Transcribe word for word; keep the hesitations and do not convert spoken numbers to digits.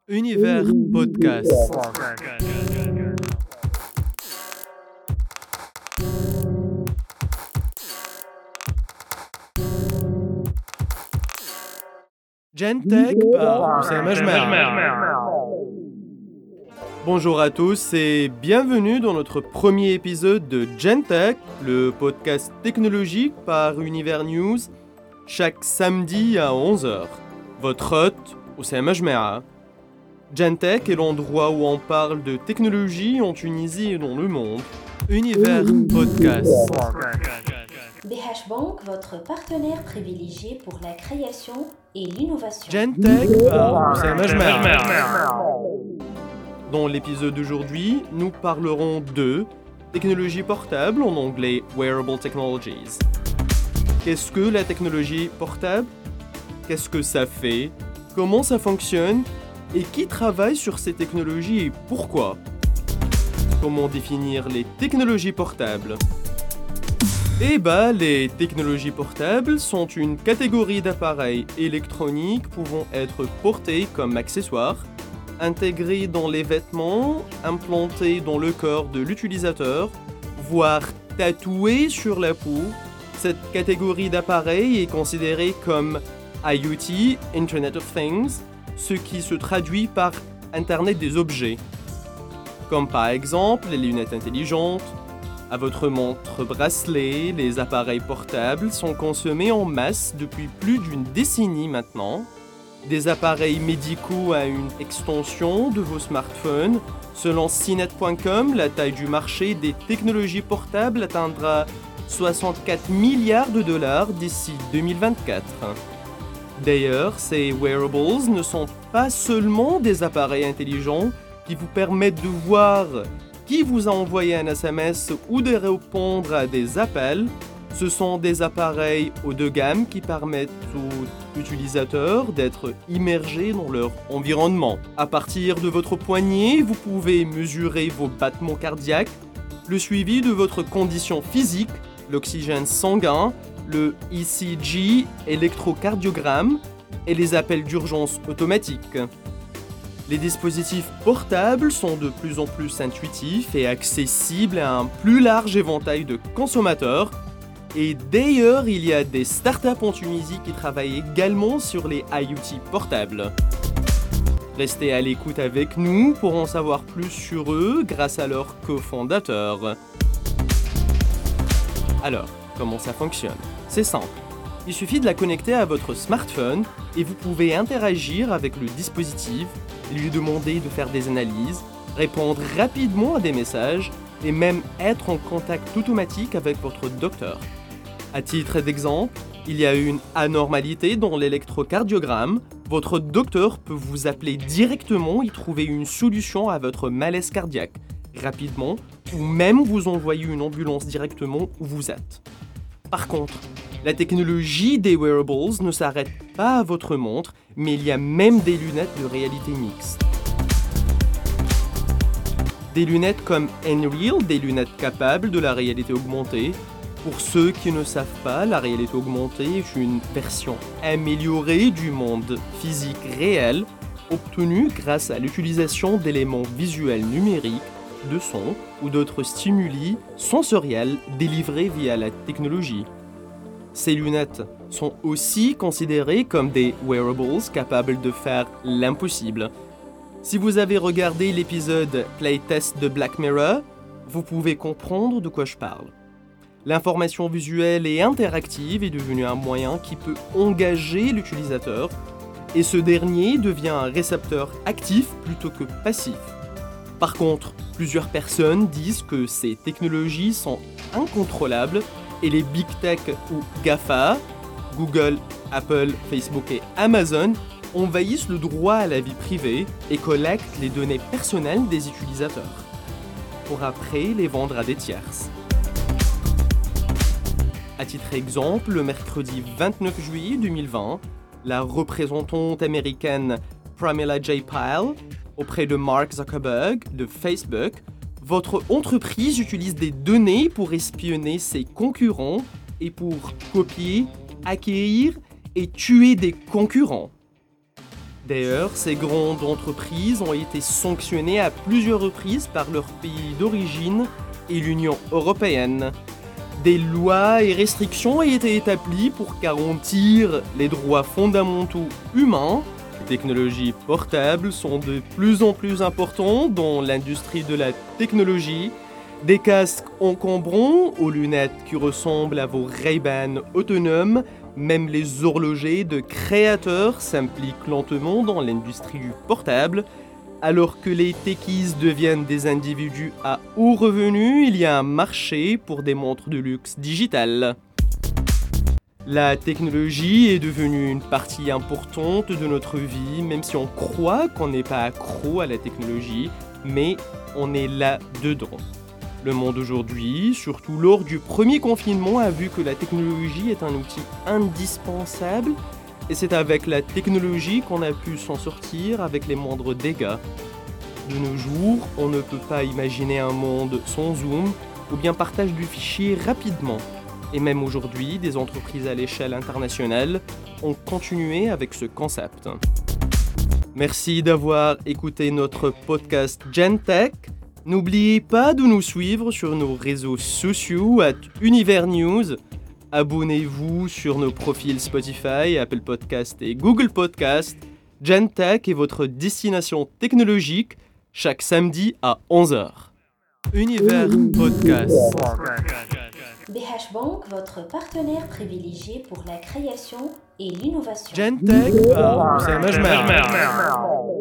Univers Podcast. Gentech par Oussama Jmer. Bonjour à tous et bienvenue dans notre premier épisode de Gentech, le podcast technologique par Univers News, chaque samedi à onze heures. Votre hôte, Oussama Jmer. Gentech est l'endroit où on parle de technologie en Tunisie et dans le monde. Univers Podcast. B H Bank, votre partenaire privilégié pour la création et l'innovation. Gentech par Oussama Jmer. Dans l'épisode d'aujourd'hui, nous parlerons de technologie portable, en anglais Wearable Technologies. Qu'est-ce que la technologie portable ? Qu'est-ce que ça fait ? Comment ça fonctionne ? Et qui travaille sur ces technologies et pourquoi ? Comment définir les technologies portables ? Eh bah, les technologies portables sont une catégorie d'appareils électroniques pouvant être portés comme accessoires, intégrés dans les vêtements, implantés dans le corps de l'utilisateur, voire tatoués sur la peau. Cette catégorie d'appareils est considérée comme I O T, Internet of Things, ce qui se traduit par Internet des objets, comme par exemple les lunettes intelligentes. À votre montre bracelet, les appareils portables sont consommés en masse depuis plus d'une décennie maintenant. Des appareils médicaux à une extension de vos smartphones. Selon C net point com, la taille du marché des technologies portables atteindra soixante-quatre milliards de dollars d'ici deux mille vingt-quatre. D'ailleurs, ces wearables ne sont pas seulement des appareils intelligents qui vous permettent de voir qui vous a envoyé un S M S ou de répondre à des appels. Ce sont des appareils haut de gamme qui permettent aux utilisateurs d'être immergés dans leur environnement. À partir de votre poignet, vous pouvez mesurer vos battements cardiaques, le suivi de votre condition physique, l'oxygène sanguin, le E C G, électrocardiogramme et les appels d'urgence automatiques. Les dispositifs portables sont de plus en plus intuitifs et accessibles à un plus large éventail de consommateurs. Et d'ailleurs, il y a des startups en Tunisie qui travaillent également sur les I O T portables. Restez à l'écoute avec nous pour en savoir plus sur eux grâce à leurs cofondateurs. Alors, comment ça fonctionne ? C'est simple. Il suffit de la connecter à votre smartphone et vous pouvez interagir avec le dispositif, lui demander de faire des analyses, répondre rapidement à des messages et même être en contact automatique avec votre docteur. À titre d'exemple, il y a une anormalité dans l'électrocardiogramme. Votre docteur peut vous appeler directement et trouver une solution à votre malaise cardiaque rapidement ou même vous envoyer une ambulance directement où vous êtes. Par contre, la technologie des wearables ne s'arrête pas à votre montre, mais il y a même des lunettes de réalité mixte. Des lunettes comme Nreal, des lunettes capables de la réalité augmentée. Pour ceux qui ne savent pas, la réalité augmentée est une version améliorée du monde physique réel, obtenue grâce à l'utilisation d'éléments visuels numériques, de sons ou d'autres stimuli sensoriels délivrés via la technologie. Ces lunettes sont aussi considérées comme des wearables capables de faire l'impossible. Si vous avez regardé l'épisode Playtest de Black Mirror, vous pouvez comprendre de quoi je parle. L'information visuelle et interactive est devenue un moyen qui peut engager l'utilisateur et ce dernier devient un récepteur actif plutôt que passif. Par contre, plusieurs personnes disent que ces technologies sont incontrôlables et les big tech ou GAFA, Google, Apple, Facebook et Amazon, envahissent le droit à la vie privée et collectent les données personnelles des utilisateurs, pour après les vendre à des tierces. À titre d'exemple, le mercredi vingt-neuf juillet deux mille vingt, la représentante américaine Pramila Jayapal, auprès de Mark Zuckerberg de Facebook, votre entreprise utilise des données pour espionner ses concurrents et pour copier, acquérir et tuer des concurrents. D'ailleurs, ces grandes entreprises ont été sanctionnées à plusieurs reprises par leur pays d'origine et l'Union européenne. Des lois et restrictions ont été établies pour garantir les droits fondamentaux humains. Les technologies portables sont de plus en plus importantes dans l'industrie de la technologie. Des casques encombrants aux lunettes qui ressemblent à vos Ray-Ban autonomes, même les horlogers de créateurs s'impliquent lentement dans l'industrie du portable. Alors que les techies deviennent des individus à haut revenu, il y a un marché pour des montres de luxe digitales. La technologie est devenue une partie importante de notre vie, même si on croit qu'on n'est pas accro à la technologie, mais on est là-dedans. Le monde aujourd'hui, surtout lors du premier confinement, a vu que la technologie est un outil indispensable. Et c'est avec la technologie qu'on a pu s'en sortir avec les moindres dégâts. De nos jours, on ne peut pas imaginer un monde sans Zoom ou bien partage du fichier rapidement. Et même aujourd'hui, des entreprises à l'échelle internationale ont continué avec ce concept. Merci d'avoir écouté notre podcast GenTech. N'oubliez pas de nous suivre sur nos réseaux sociaux at Univers News. Abonnez-vous sur nos profils Spotify, Apple Podcast et Google Podcast. GenTech est votre destination technologique chaque samedi à onze heures. Univers Podcast. B H Bank, votre partenaire privilégié pour la création et l'innovation. GenTech par Oussama Jmer.